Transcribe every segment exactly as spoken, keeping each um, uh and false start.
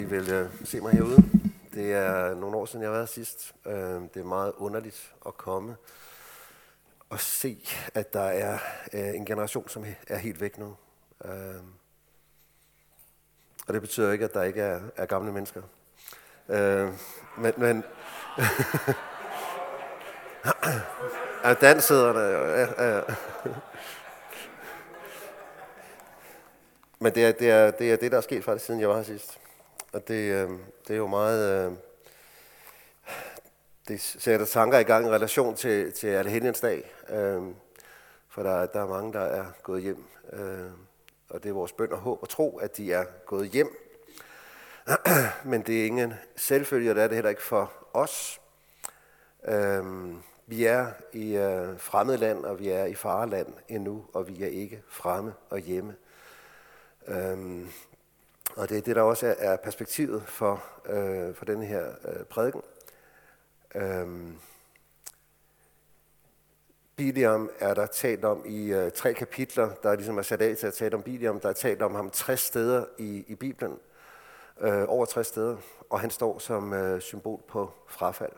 I vil uh, se mig herude. Det er nogle år siden, jeg har været sidst. Uh, det er meget underligt at komme og se, at der er uh, en generation, som er helt væk nu. Uh, og det betyder ikke, at der ikke er, er gamle mennesker. Uh, men... men ja, Dan sidder der jo. Ja, ja. Men det er det, er, det er det, der er sket faktisk, siden jeg var her sidst. Og det, øh, det er jo meget... Øh, det sætter tanker i gang i relation til, til Allehelgensdag. Øh, for der, der er mange, der er gået hjem. Øh, og det er vores bøn og håb og tro, at de er gået hjem. Men det er ingen selvfølge, og det er det heller ikke for os. Øh, vi er i øh, fremmed land, og vi er i fareland endnu, og vi er ikke fremme og hjemme. Øh, Og det er det, der også er, er perspektivet for, øh, for denne her øh, prædiken. Øhm, Biliam er der talt om i øh, tre kapitler, der ligesom er sat af til at tale om Biliam. Der er talt om ham tres steder i, i Bibelen, øh, over tres steder, og han står som øh, symbol på frafald.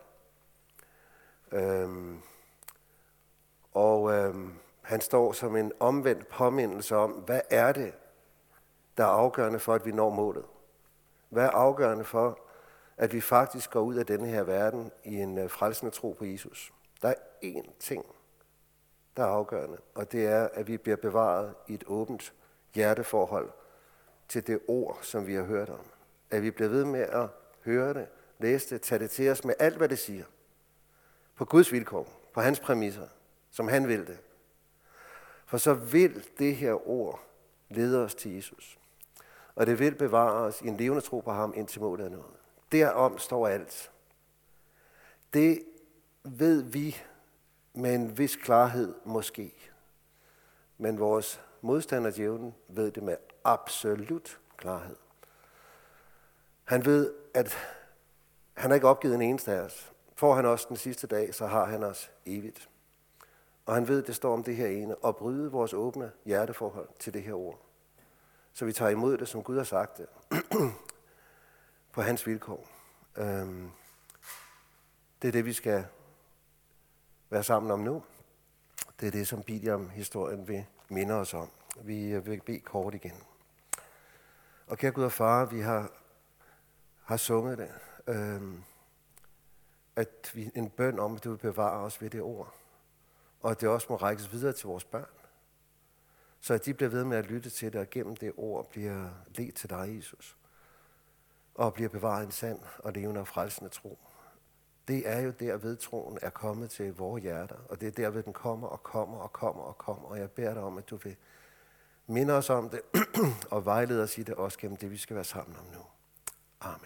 Øhm, og øh, han står som en omvendt påmindelse om, hvad er det, der er afgørende for, at vi når målet? Hvad er afgørende for, at vi faktisk går ud af denne her verden i en frelsende tro på Jesus? Der er én ting, der er afgørende, og det er, at vi bliver bevaret i et åbent hjerteforhold til det ord, som vi har hørt om. At vi bliver ved med at høre det, læse det, tage det til os med alt, hvad det siger. På Guds vilkår, på hans præmisser, som han vil det. For så vil det her ord lede os til Jesus. Og det vil bevare os i en levende tro på ham, indtil målet er nået. Derom står alt. Det ved vi med en vis klarhed måske. Men vores modstander djævlen ved det med absolut klarhed. Han ved, at han har ikke opgivet en eneste af os. Får han os den sidste dag, så har han os evigt. Og han ved, det står om det her ene, at bryde vores åbne hjerteforhold til det her ord. Så vi tager imod det, som Gud har sagt det, på hans vilkår. Øhm, det er det, vi skal være sammen om nu. Det er det, som Biliam-historien vil minde os om. Vi vil bede kort igen. Og kære Gud og far, vi har, har sunget det. Øhm, at vi en bøn om, at du vil bevare os ved det ord. Og at det også må rækkes videre til vores børn. Så at de bliver ved med at lytte til det, og gennem det ord bliver ledt til dig, Jesus. Og bliver bevaret en sand og levende og frelsende tro. Det er jo derved troen er kommet til vores hjerter. Og det er derved den kommer og kommer og kommer og kommer. Og jeg beder dig om, at du vil minde os om det, og vejlede os i det også gennem det, vi skal være sammen om nu. Amen.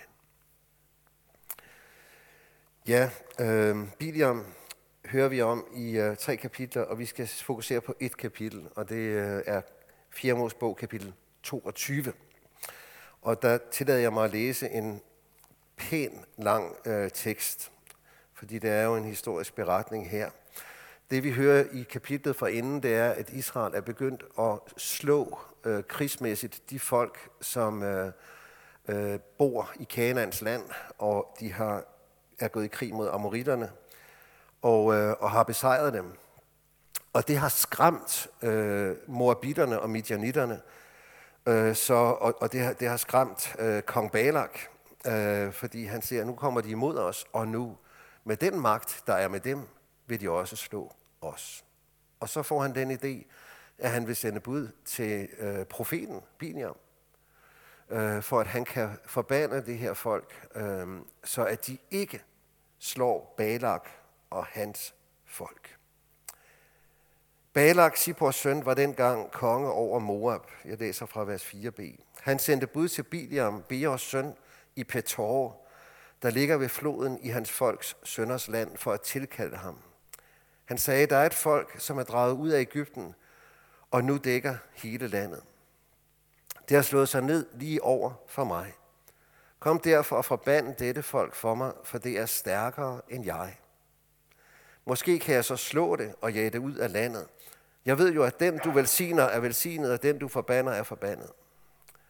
Ja, øh, Biliam hører vi om i uh, tre kapitler, og vi skal fokusere på et kapitel, og det uh, er fjerde Mosebog, kapitel toogtyve. Og der tillader jeg mig at læse en pæn lang uh, tekst, fordi det er jo en historisk beretning her. Det vi hører i kapitlet fra inden, det er, at Israel er begyndt at slå uh, krigsmæssigt de folk, som uh, uh, bor i Kanaans land, og de har, er gået i krig mod amoritterne, Og, øh, og har besejret dem. Og det har skræmt øh, moabitterne og midjanitterne, øh, så, og, og det, har, det har skræmt øh, kong Balak, øh, fordi han siger, at nu kommer de imod os, og nu med den magt, der er med dem, vil de også slå os. Og så får han den idé, at han vil sende bud til øh, profeten Biliam, øh, for at han kan forbande det her folk, øh, så at de ikke slår Balak og hans folk. Balak, Zippors søn, var dengang konge over Moab. Jeg læser fra vers fire b. Han sendte bud til Biliam, Beors søn, i Petor, der ligger ved floden i hans folks sønners land, for at tilkalde ham. Han sagde, der er et folk, som er draget ud af Egypten, og nu dækker hele landet. Det har slået sig ned lige over for mig. Kom derfor og forband dette folk for mig, for det er stærkere end jeg. Måske kan jeg så slå det og jage det ud af landet. Jeg ved jo, at den du velsigner er velsignet, og den du forbander er forbandet.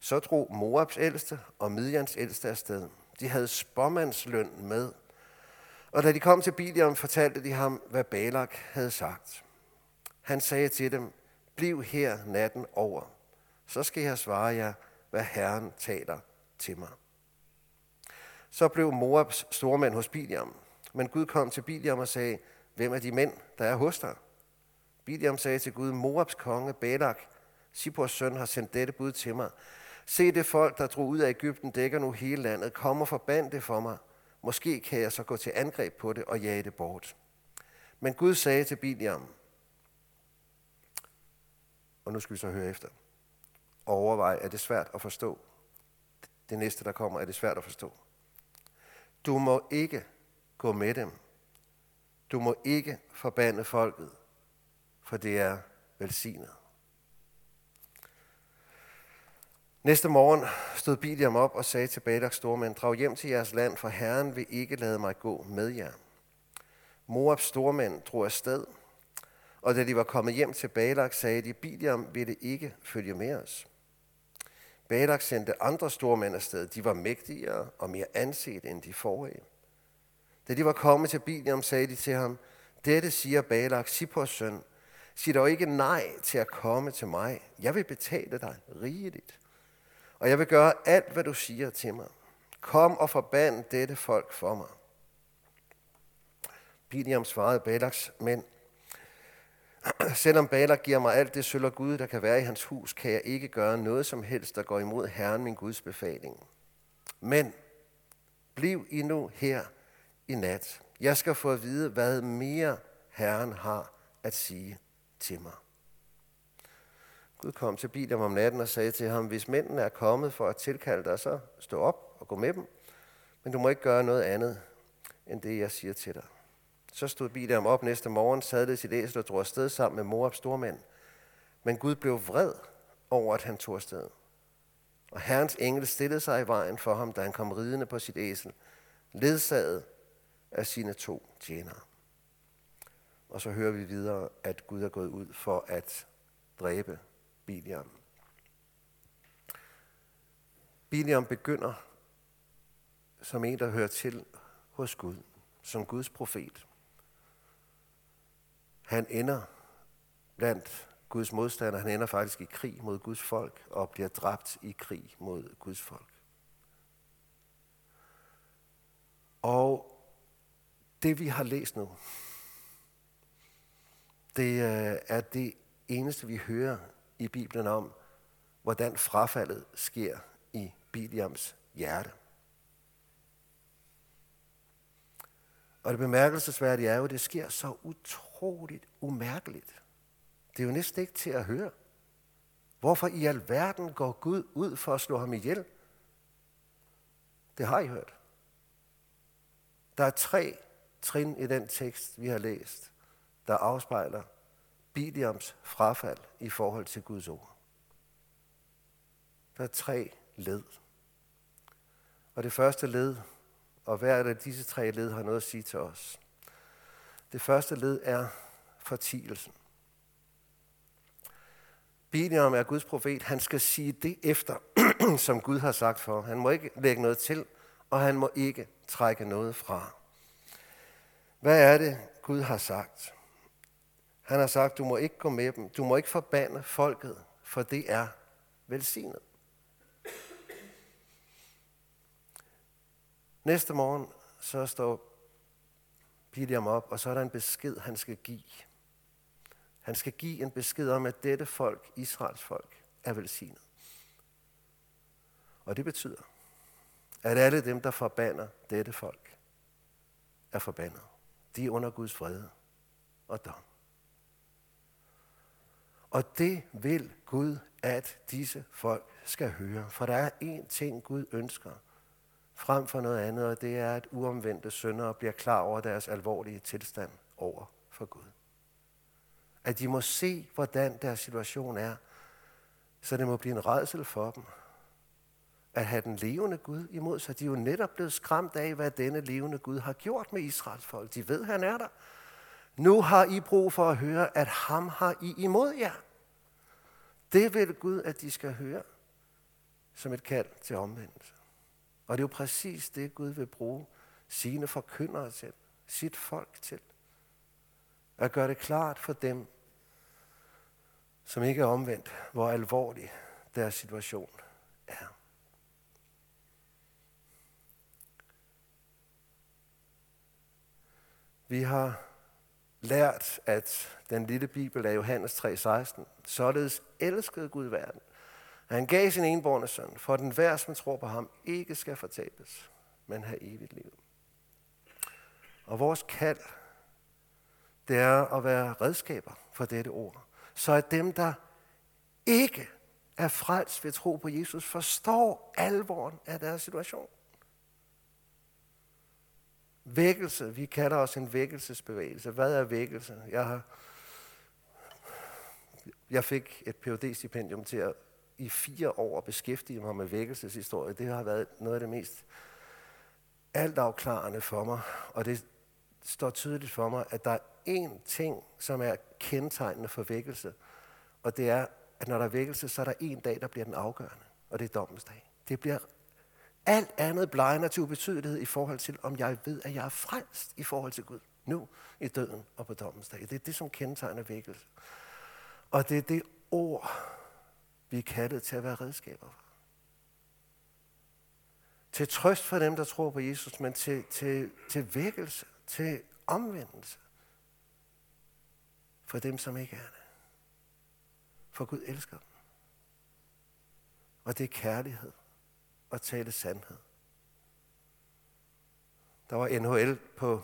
Så drog Moabs ældste og Midjans ældste afsted. De havde spåmandsløn med. Og da de kom til Biliam, fortalte de ham, hvad Balak havde sagt. Han sagde til dem, bliv her natten over. Så skal jeg svare jer, hvad Herren taler til mig. Så blev Moabs stormænd hos Biliam. Men Gud kom til Biliam og sagde, hvem er de mænd, der er hos dig? Biliam sagde til Gud, Moabs konge Balak, Zippors søn, har sendt dette bud til mig. Se, det folk, der drog ud af Egypten, dækker nu hele landet. Kom og forband det for mig. Måske kan jeg så gå til angreb på det og jage det bort. Men Gud sagde til Biliam, og nu skal vi så høre efter, overvej, er det svært at forstå. Det næste, der kommer, er det svært at forstå. Du må ikke gå med dem. Du må ikke forbande folket, for det er velsignet. Næste morgen stod Biliam op og sagde til Balaks stormænd, drag hjem til jeres land, for Herren vil ikke lade mig gå med jer. Moabs stormænd drog afsted, og da de var kommet hjem til Balak, sagde de, Biliam ville ikke følge med os. Balak sendte andre stormænd afsted. De var mægtigere og mere anset end de forrige. Da de var kommet til Biliam, sagde de til ham, dette siger Balak, Zippors søn, sig dog ikke nej til at komme til mig. Jeg vil betale dig rigeligt, og jeg vil gøre alt, hvad du siger til mig. Kom og forband dette folk for mig. Biliam svarede Balaks mænd, selvom Balak giver mig alt det sølv og guld, der kan være i hans hus, kan jeg ikke gøre noget som helst, der går imod Herren, min Guds befaling. Men bliv I nu her i nat. Jeg skal få at vide, hvad mere Herren har at sige til mig. Gud kom til Biliam om natten og sagde til ham, hvis mændene er kommet for at tilkalde dig, så stå op og gå med dem. Men du må ikke gøre noget andet, end det jeg siger til dig. Så stod Biliam op næste morgen, sadlede sit æsel og drog afsted sammen med Moabs stormænd. Men Gud blev vred over, at han tog afsted. Og Herrens engel stillede sig i vejen for ham, da han kom ridende på sit æsel, ledsaget af sine to tjenere. Og så hører vi videre, at Gud er gået ud for at dræbe Biliam. Biliam begynder som en, der hører til hos Gud, som Guds profet. Han ender blandt Guds modstandere. Han ender faktisk i krig mod Guds folk og bliver dræbt i krig mod Guds folk. Og det vi har læst nu, det er det eneste vi hører i Bibelen om, hvordan frafaldet sker i Biliams hjerte. Og det bemærkelsesværdige er jo, at det sker så utroligt umærkeligt. Det er jo næsten ikke til at høre. Hvorfor i alverden går Gud ud for at slå ham ihjel? Det har I hørt. Der er tre trin i den tekst, vi har læst, der afspejler Biliams frafald i forhold til Guds ord. Der er tre led. Og det første led, og hver af disse tre led har noget at sige til os. Det første led er fortielsen. Biliam er Guds profet. Han skal sige det efter, som Gud har sagt for. Han må ikke lægge noget til, og han må ikke trække noget fra. Hvad er det, Gud har sagt? Han har sagt, du må ikke gå med dem. Du må ikke forbande folket, for det er velsignet. Næste morgen, så står Biliam op, og så er der en besked, han skal give. Han skal give en besked om, at dette folk, Israels folk, er velsignet. Og det betyder, at alle dem, der forbander dette folk, er forbandet. De er under Guds fred og dom. Og det vil Gud, at disse folk skal høre. For der er én ting, Gud ønsker frem for noget andet, og det er, at uomvendte syndere bliver klar over deres alvorlige tilstand over for Gud. At de må se, hvordan deres situation er, så det må blive en rædsel for dem at have den levende Gud imod sig. De er jo netop blevet skræmt af, hvad denne levende Gud har gjort med Israels folk. De ved, han er der. Nu har I brug for at høre, at ham har I imod jer. Det vil Gud, at de skal høre. som et kald til omvendelse. Og det er jo præcis det, Gud vil bruge sine forkyndere til, sit folk til. At gøre det klart for dem, som ikke er omvendt, hvor alvorlig deres situation er. Vi har lært, at den lille bibel af Johannes tre seksten, således elskede Gud verden, at han gav sin enbårne søn, for den hver, som tror på ham, ikke skal fortabes, men have evigt liv. Og vores kald, det er at være redskaber for dette ord, så at dem, der ikke er frelst ved tro på Jesus, forstår alvoren af deres situation. Vækkelse, vi kalder os en vækkelsesbevægelse. Hvad er vækkelse? Jeg, har, jeg fik et P H D-stipendium til at i fire år beskæftige mig med vækkelseshistorie. Det har været noget af det mest altafklarende for mig, og det står tydeligt for mig, at der er én ting, som er kendetegnende for vækkelse, og det er, at når der er vækkelse, så er der en dag, der bliver den afgørende, og det er dommens dag. Det bliver alt andet blegner til ubetydelighed i forhold til, om jeg ved, at jeg er frelst i forhold til Gud, nu i døden og på dommens dag. Det er det, som kendetegner vækkelse. Og det er det ord, vi er kaldet til at være redskaber for. Til trøst for dem, der tror på Jesus, men til, til, til vækkelse, til omvendelse. For dem, som ikke er det. For Gud elsker dem. Og det er kærlighed at tale sandhed. Der var N H L på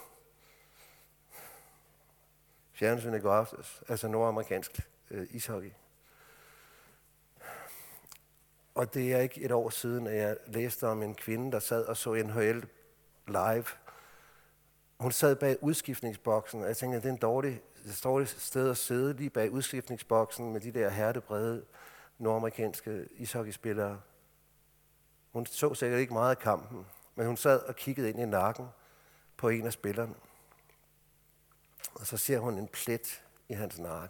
fjernsynet i går aftes, altså nordamerikansk øh, ishockey. Og det er ikke et år siden, at jeg læste om en kvinde, der sad og så N H L live. Hun sad bag udskiftningsboksen, og jeg tænkte, at det er en dårlig, dårlig sted at sidde lige bag udskiftningsboksen med de der hærdebrede nordamerikanske ishockeyspillere. Hun så sikkert ikke meget af kampen, men hun sad og kiggede ind i nakken på en af spillerne. Og så ser hun en plet i hans nakke.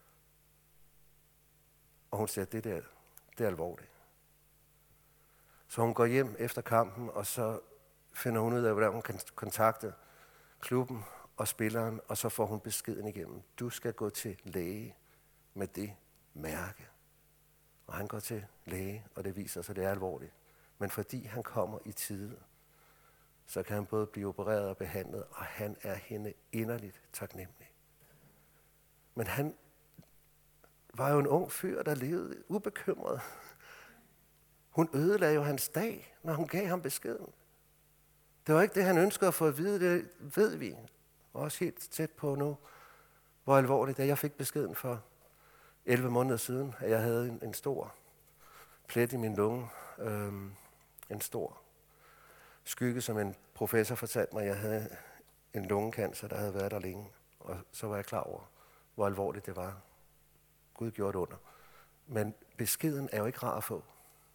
Og hun siger, det der, det er alvorligt. Så hun går hjem efter kampen, og så finder hun ud af, hvordan hun kan kontakte klubben og spilleren, og så får hun beskeden igennem. Du skal gå til læge med det mærke. Og han går til læge, og det viser sig, at det er alvorligt. Men fordi han kommer i tide, så kan han både blive opereret og behandlet, og han er hende inderligt taknemmelig. Men han var jo en ung fyr, der levede ubekymret. Hun ødelagde jo hans dag, når hun gav ham beskeden. Det var ikke det, han ønskede at få at vide, det ved vi. Også helt tæt på nu, hvor alvorligt det er. Jeg fik beskeden for elleve måneder siden, at jeg havde en, en stor plet i min lunge. Øhm, en stor skygge, som en professor fortalte mig, jeg havde en lungekancer, der havde været der længe. Og så var jeg klar over, hvor alvorligt det var. Gud gjorde det under. Men beskeden er jo ikke rar at få.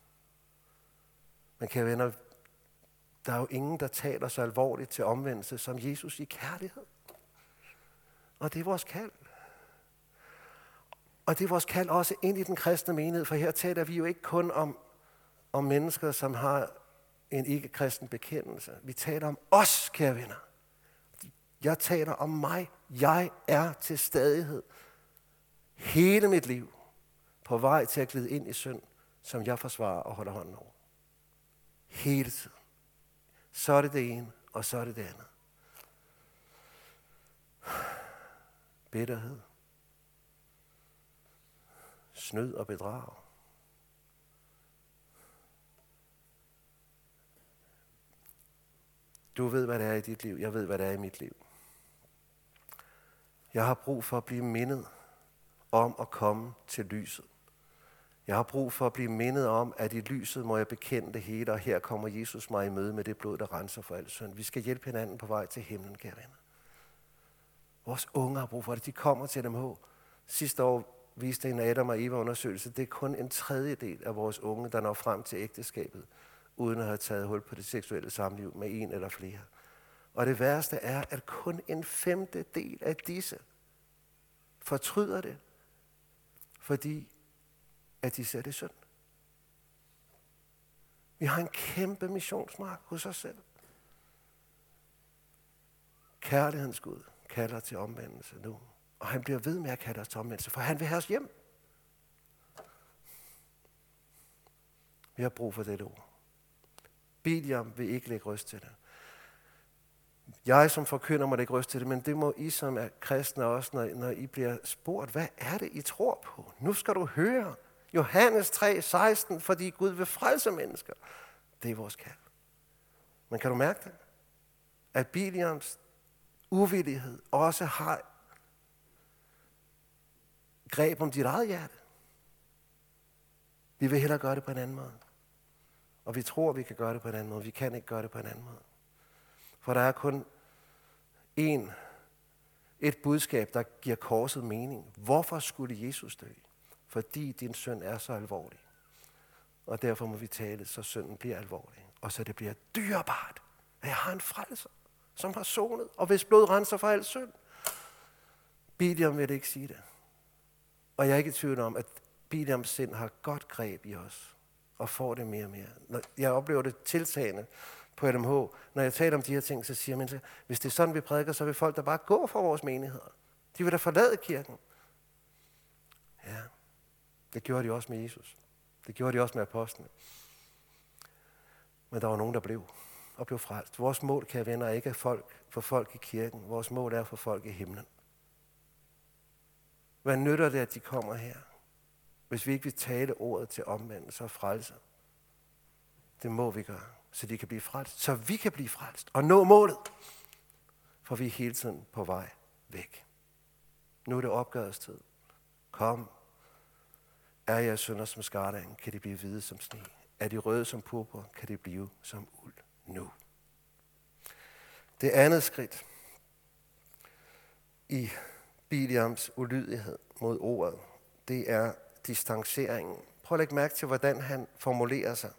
Men kære venner, der er jo ingen, der taler så alvorligt til omvendelse som Jesus i kærlighed. Og det er vores kald. Og det er vores kald også ind i den kristne menighed, for her taler vi jo ikke kun om, om mennesker, som har en ikke-kristen bekendelse. Vi taler om os, kære venner. Jeg taler om mig. Jeg er til stadighed hele mit liv på vej til at glide ind i synd, som jeg forsvarer og holder hånden over. Hele tiden. Så er det det ene, og så er det det andet. Bitterhed. Snyd og bedrag. Du ved, hvad det er i dit liv. Jeg ved, hvad det er i mit liv. Jeg har brug for at blive mindet om at komme til lyset. Jeg har brug for at blive mindet om, at i lyset må jeg bekende det hele, og her kommer Jesus mig i møde med det blod, der renser for al synd. Vi skal hjælpe hinanden på vej til himlen, kære venner. Vores unge har brug for det. De kommer til dem H. Sidste år viste en Adam og Eva undersøgelse. Det er kun en tredjedel af vores unge, der når frem til ægteskabet, uden at have taget hul på det seksuelle samliv med en eller flere. Og det værste er, at kun en femtedel af disse fortryder det, fordi at de ser det synd. Vi har en kæmpe missionsmark hos os selv. Kærlighedens Gud kalder til omvendelse nu. Og han bliver ved med at kalde os til omvendelse, for han vil have os hjem. Vi har brug for dette ord. Biliam vil ikke lægge røst til det. Jeg som forkynder må lægge røst til det, men det må I som er kristne også, når, når I bliver spurgt, hvad er det, I tror på? Nu skal du høre Johannes tre seksten, fordi Gud vil frelse mennesker. Det er vores kald. Men kan du mærke det? At Biliams uvillighed også har greb om dit eget hjerte. Vi vil hellere gøre det på en anden måde. Og vi tror, vi kan gøre det på en anden måde. Vi kan ikke gøre det på en anden måde. For der er kun én, et budskab, der giver korset mening. Hvorfor skulle Jesus dø? Fordi din synd er så alvorlig. Og derfor må vi tale, så synden bliver alvorlig. Og så det bliver dyrebart, at jeg har en frelser, som har sonet, og hvis blod renser for al synd. Biliam vil ikke sige det. Og jeg er ikke i tvivl om, at Biliams sind har godt greb i os, og får det mere og mere. Jeg oplever det tiltagende på L M H. Når jeg taler om de her ting, så siger man, hvis det er sådan, vi prædiker, så vil folk da bare gå fra vores menigheder. De vil da forlade kirken. Ja, det gjorde de også med Jesus. Det gjorde de også med apostlene. Men der var nogen, der blev og blev frelst. Vores mål, kære venner, er ikke folk, for folk i kirken. Vores mål er for folk i himlen. Hvad nytter det, at de kommer her, hvis vi ikke vil tale ordet til omvendelse og frelse? Det må vi gøre, så de kan blive frelst. Så vi kan blive frelst og nå målet. For vi er hele tiden på vej væk. Nu er det opgørets tid. Kom. Er jeg synder som skarlagen, kan de blive hvide som sne. Er de røde som purpur, kan de blive som uld nu. Det andet skridt i Biliams ulydighed mod ordet, det er distanceringen. Prøv at lægge mærke til, hvordan han formulerer sig.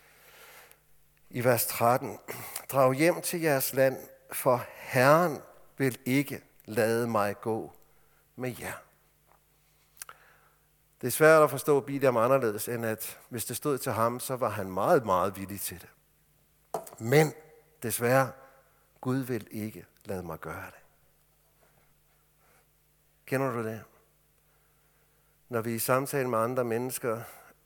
I vers tretten. Drag hjem til jeres land, for Herren vil ikke lade mig gå med jer. Det er svært at forstå Biliam anderledes, end at hvis det stod til ham, så var han meget, meget villig til det. Men desværre, Gud vil ikke lade mig gøre det. Kender du det? Når vi i samtale med andre mennesker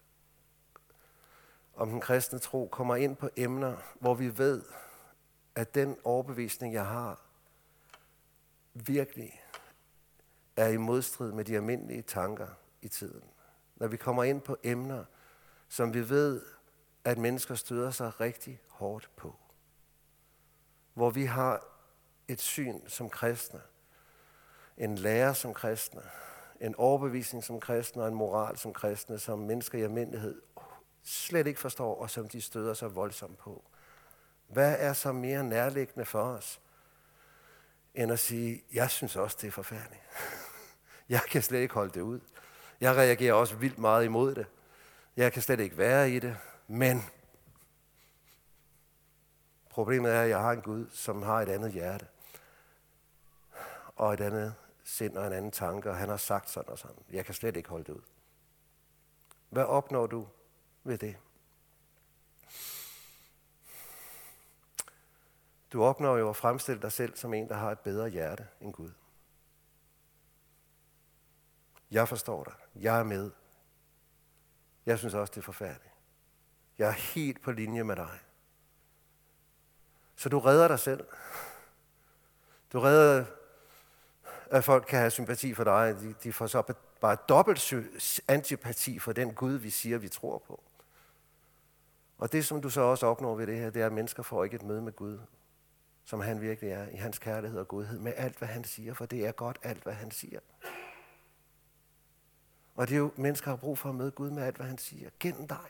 om den kristne tro kommer ind på emner, hvor vi ved, at den overbevisning, jeg har, virkelig er i modstrid med de almindelige tanker i tiden. Når vi kommer ind på emner, som vi ved, at mennesker støder sig rigtig hårdt på. Hvor vi har et syn som kristne, en lære som kristne, en overbevisning som kristne og en moral som kristne, som mennesker i almindelighed slet ikke forstår, og som de støder sig voldsomt på. Hvad er så mere nærliggende for os, end at sige, jeg synes også, det er forfærdeligt. Jeg kan slet ikke holde det ud. Jeg reagerer også vildt meget imod det. Jeg kan slet ikke være i det, men problemet er, at jeg har en Gud, som har et andet hjerte, og et andet sind og en anden tanke, og han har sagt sådan og sådan. Jeg kan slet ikke holde det ud. Hvad opnår du ved det? Du opnår jo at fremstille dig selv som en, der har et bedre hjerte end Gud. Jeg forstår dig. Jeg er med. Jeg synes også, det er forfærdeligt. Jeg er helt på linje med dig. Så du redder dig selv. Du redder, at folk kan have sympati for dig. De, de får så bare dobbelt antipati for den Gud, vi siger, vi tror på. Og det, som du så også opnår ved det her, det er, at mennesker får ikke et møde med Gud, som han virkelig er, i hans kærlighed og godhed, med alt, hvad han siger, for det er godt alt, hvad han siger. Og det er jo, mennesker har brug for at møde Gud med alt, hvad han siger, gennem dig.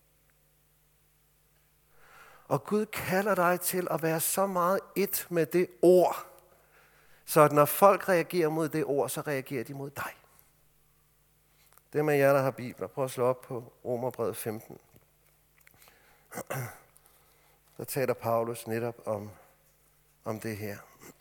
Og Gud kalder dig til at være så meget et med det ord, så at når folk reagerer mod det ord, så reagerer de mod dig. Det med jer, der har bibler, prøv at slå op på Romerbrevet femten. Der taler Paulus netop om, om det her.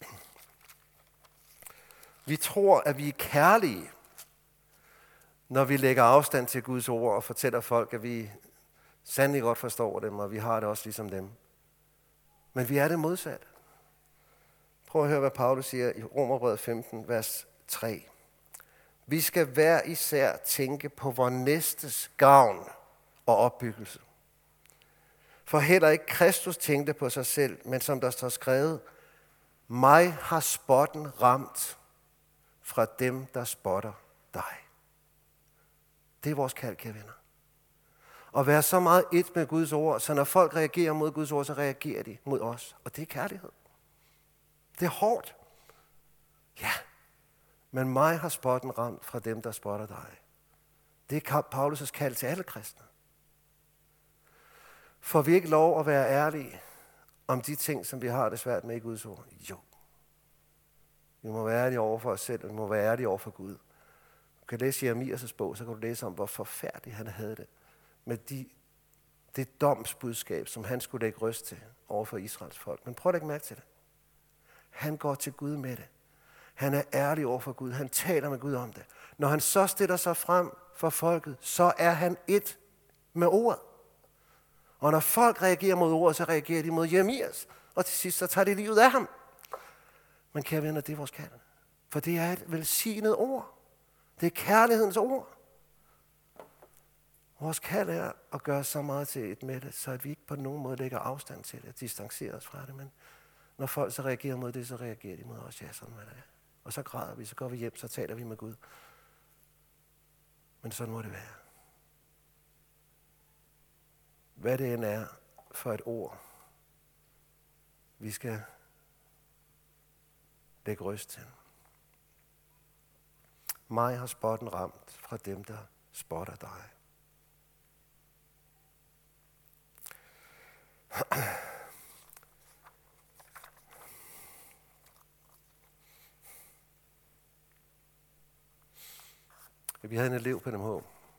Vi tror, at vi er kærlige, når vi lægger afstand til Guds ord og fortæller folk, at vi sandelig godt forstår dem, og vi har det også ligesom dem. Men vi er det modsatte. Prøv at høre, hvad Paulus siger i Romerbrevet femten, vers tre. Vi skal hver især tænke på vor næstes gavn og opbyggelse. For heller ikke Kristus tænkte på sig selv, men som der står skrevet, mig har spotten ramt fra dem, der spotter dig. Det er vores kald, kære venner. At være så meget et med Guds ord, så når folk reagerer mod Guds ord, så reagerer de mod os. Og det er kærlighed. Det er hårdt. Ja, men mig har spotten ramt fra dem, der spotter dig. Det er Paulus' kald til alle kristne. Får vi ikke lov at være ærlige om de ting, som vi har det svært med i Guds ord? Jo. Vi må være ærlige over for os selv, og vi må være ærlige over for Gud. Du kan læse Jeremias' bog, så kan du læse om, hvor forfærdeligt han havde det. Med de, det domsbudskab, som han skulle lægge røst til over for Israels folk. Men prøv at lægge mærke til det. Han går til Gud med det. Han er ærlig over for Gud. Han taler med Gud om det. Når han så stiller sig frem for folket, så er han et med ordet. Og når folk reagerer mod ordet, så reagerer de mod Jeremias. Og til sidst, så tager de livet af ham. Men kære venner, det er vores kald. For det er et velsignet ord. Det er kærlighedens ord. Vores kald er at gøre så meget til et med det, så at vi ikke på nogen måde lægger afstand til det, distancerer os fra det. Men når folk så reagerer mod det, så reagerer de mod os. Ja, sådan hvad det er. Og så græder vi, så går vi hjem, så taler vi med Gud. Men sådan må det være. Hvad det end er for et ord, vi skal lægge røst til. Mig har spotten ramt fra dem, der spotter dig. Vi havde en elev på N M H,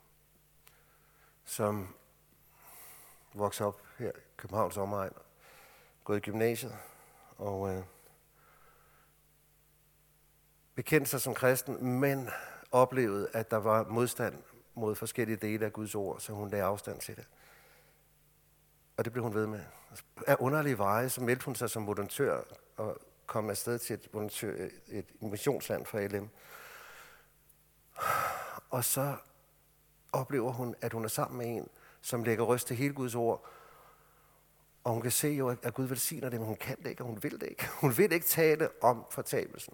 som voksede op her i Københavns omegn, gået i gymnasiet, og øh, bekendte sig som kristen, men oplevede, at der var modstand mod forskellige dele af Guds ord, så hun lagde afstand til det. Og det blev hun ved med. Af underlige veje, så meldte hun sig som volontør og kom afsted til et, volontør, et missionsland for L M. Og så oplever hun, at hun er sammen med en, som lægger røst til hele Guds ord. Og hun kan se jo, at Gud velsigner det, men hun kan det ikke, og hun vil det ikke. Hun vil ikke tale om fortabelsen.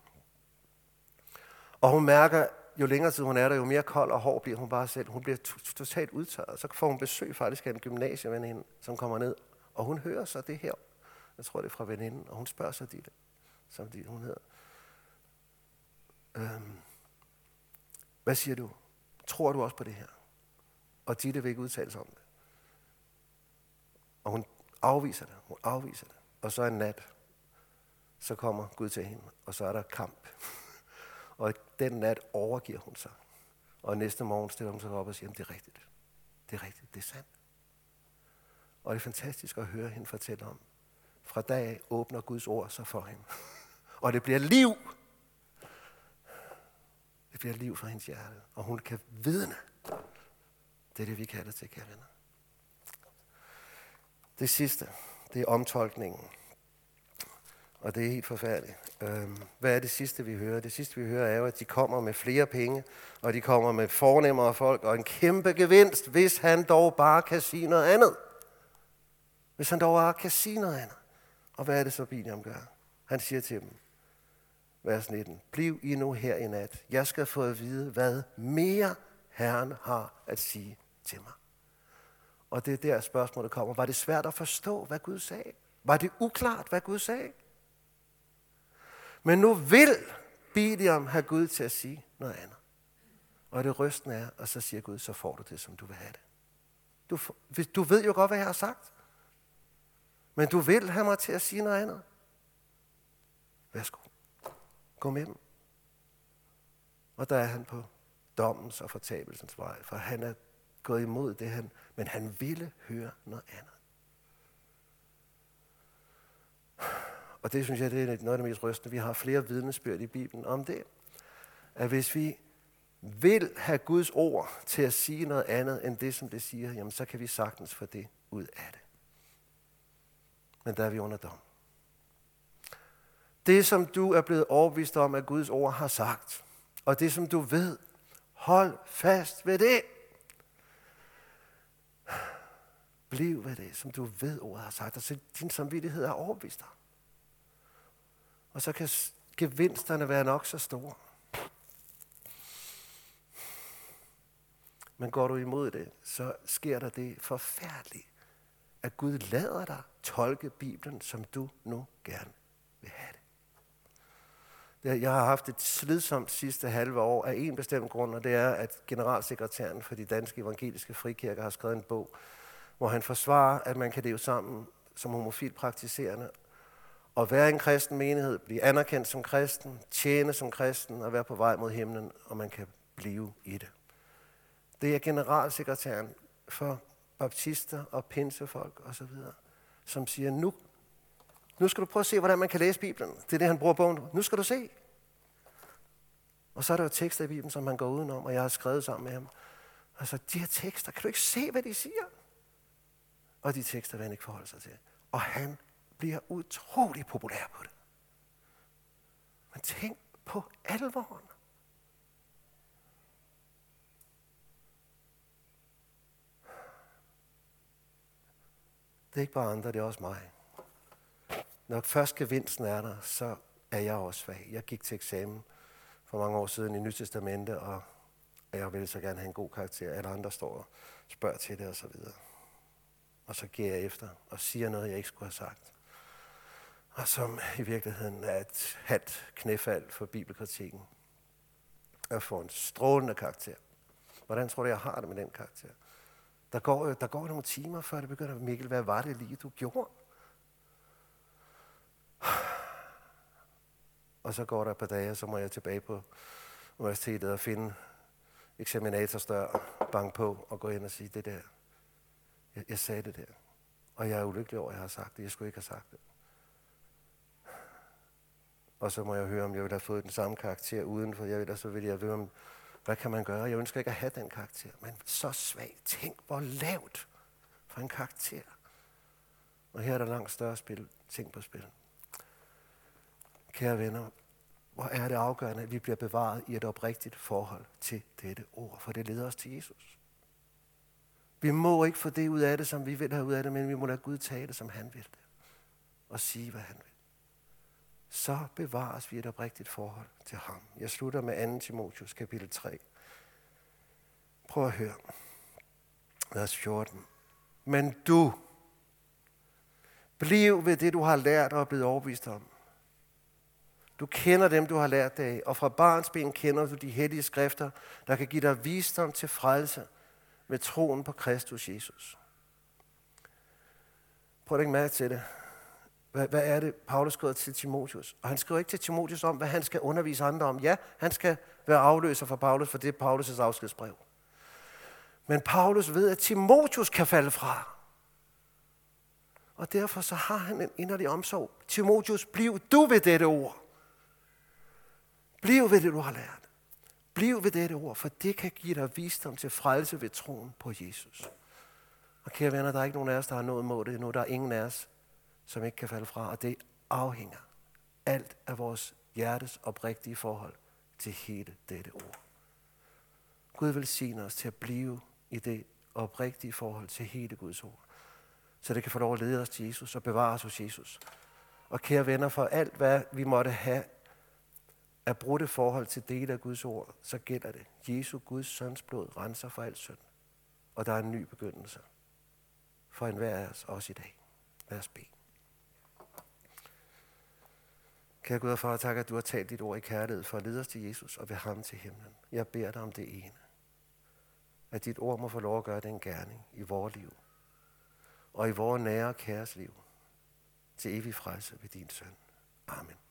Og hun mærker, jo længere tid hun er der, jo mere kold og hård bliver hun bare selv. Hun bliver totalt udtørret. Så får hun besøg faktisk af en gymnasieveninde, som kommer ned. Og hun hører så det her. Jeg tror, det er fra veninden. Og hun spørger så Ditte, som Ditte hun hedder. Øhm, hvad siger du? Tror du også på det her? Og Ditte vil ikke udtale sig om det. Og hun afviser det. Hun afviser det. Og så en nat, så kommer Gud til hende. Og så er der kamp. Og den nat overgiver hun sig. Og næste morgen stiller hun sig op og siger, det er rigtigt. Det er rigtigt. Det er sandt. Og det er fantastisk at høre hende fortælle om. Fra dag af åbner Guds ord sig for hende. Og det bliver liv. Det bliver liv for hendes hjerte. Og hun kan vidne. Det er det, vi kalder til, kære venner. Det sidste, det er omtolkningen. Og det er helt forfærdeligt. Hvad er det sidste, vi hører? Det sidste, vi hører, er jo, at de kommer med flere penge, og de kommer med fornemmere folk, og en kæmpe gevinst, hvis han dog bare kan sige noget andet. Hvis han dog bare kan sige noget andet. Og hvad er det så, Biliam gør? Han siger til dem, vers nitten, bliv I nu her i nat. Jeg skal få at vide, hvad mere Herren har at sige til mig. Og det er der spørgsmålet kommer. Var det svært at forstå, hvad Gud sagde? Var det uklart, hvad Gud sagde? Men nu vil Biliam have Gud til at sige noget andet. Og det rysten er, og så siger Gud, så får du det, som du vil have det. Du, du ved jo godt, hvad jeg har sagt. Men du vil have mig til at sige noget andet. Værsgo. Gå med dem. Og der er han på dommens og fortabelsens vej, for han er gået imod det, han, men han ville høre noget andet. Og det synes jeg, det er noget af det mest rystende. Vi har flere vidnesbyrd i Bibelen om det. At hvis vi vil have Guds ord til at sige noget andet end det, som det siger, jamen så kan vi sagtens få det ud af det. Men der er vi under dom. Det, som du er blevet overbevist om, at Guds ord har sagt, og det, som du ved, hold fast ved det. Bliv ved det, som du ved, ordet har sagt, og så din samvittighed er overbevist om. Og så kan gevinsterne være nok så store. Men går du imod det, så sker der det forfærdelige, at Gud lader dig tolke Bibelen, som du nu gerne vil have det. Jeg har haft et slidsomt sidste halve år af en bestemt grund, og det er, at generalsekretæren for de danske evangeliske frikirker har skrevet en bog, hvor han forsvarer, at man kan leve sammen som homofil praktiserende, og være en kristen menighed, blive anerkendt som kristen, tjene som kristen og være på vej mod himlen, og man kan blive i det. Det er generalsekretæren for baptister og pinsefolk osv., som siger, nu, nu skal du prøve at se, hvordan man kan læse Bibelen. Det er det, han bruger bogen. Nu skal du se. Og så er der jo tekster i Bibelen, som man går udenom, og jeg har skrevet sammen med ham. Altså, de her tekster, kan du ikke se, hvad de siger? Og de tekster vil han ikke forholde sig til. Og han bliver utrolig populær på det. Men tænk på alvoren. Det er ikke bare andre, det er også mig. Når først gevinsten er der, så er jeg også svag. Jeg gik til eksamen for mange år siden i Nyt Testamente, og jeg ville så gerne have en god karakter. Alle andre står og spørger til det og så videre. Og så giver jeg efter og siger noget, jeg ikke skulle have sagt. Og som i virkeligheden er et halvt knæfald for bibelkritikken. Jeg får en strålende karakter. Hvordan tror du, jeg har det med den karakter? Der går, der går nogle timer, før det begynder, Mikkel, hvad var det lige, du gjorde? Og så går der et par dage, så må jeg tilbage på universitetet og finde eksaminatorsdør, banke på og gå ind og sige, det der, jeg, jeg sagde det der. Og jeg er ulykkelig over, at jeg har sagt det. Jeg skulle ikke have sagt det. Og så må jeg høre, om jeg ville have fået den samme karakter udenfor. Jeg vil, så vil jeg høre, om, hvad kan man gøre? Jeg ønsker ikke at have den karakter. Men så svag. Tænk, hvor lavt for en karakter. Og her er der langt større spil, ting på spil. Kære venner, hvor er det afgørende, at vi bliver bevaret i et oprigtigt forhold til dette ord, for det leder os til Jesus. Vi må ikke få det ud af det, som vi vil have ud af det, men vi må lade Gud tage det, som han vil det, og sige, hvad han vil. Så bevares vi et oprigtigt forhold til ham. Jeg slutter med anden Timotheus kapitel tre. Prøv at høre. Vers fjorten. Men du, bliv ved det, du har lært og er blevet overbevist om. Du kender dem, du har lært det af, og fra barnsben kender du de hellige skrifter, der kan give dig visdom til frelse med troen på Kristus Jesus. Prøv at lægge mærke til det. Hvad, hvad er det, Paulus skriver til Timotheus? Og han skriver ikke til Timotheus om, hvad han skal undervise andre om. Ja, han skal være afløser for Paulus, for det er Paulus' afskedsbrev. Men Paulus ved, at Timotheus kan falde fra. Og derfor så har han en inderlig omsorg. Timotheus, bliv du ved dette ord. Bliv ved det, du har lært. Bliv ved dette ord, for det kan give dig visdom til frelse ved troen på Jesus. Og kære venner, der er ikke nogen af os, der har nået målet endnu. Der er ingen af os, som ikke kan falde fra. Og det afhænger alt af vores hjertes oprigtige forhold til hele dette ord. Gud velsigner os til at blive i det oprigtige forhold til hele Guds ord. Så det kan få lov at lede os til Jesus og bevare os hos Jesus. Og kære venner, for alt hvad vi måtte have af brudte forhold til dele af Guds ord, så gælder det. Jesu Guds søns blod renser for alt synd. Og der er en ny begyndelse for enhver af os, også i dag. Lad os bede. Kære Gud og far, tak, at du har talt dit ord i kærlighed for at lede os til Jesus og ved ham til himlen. Jeg beder dig om det ene. At dit ord må få lov at gøre den gerning i vores liv og i vores nære og kæres liv til evig frelse ved din søn. Amen.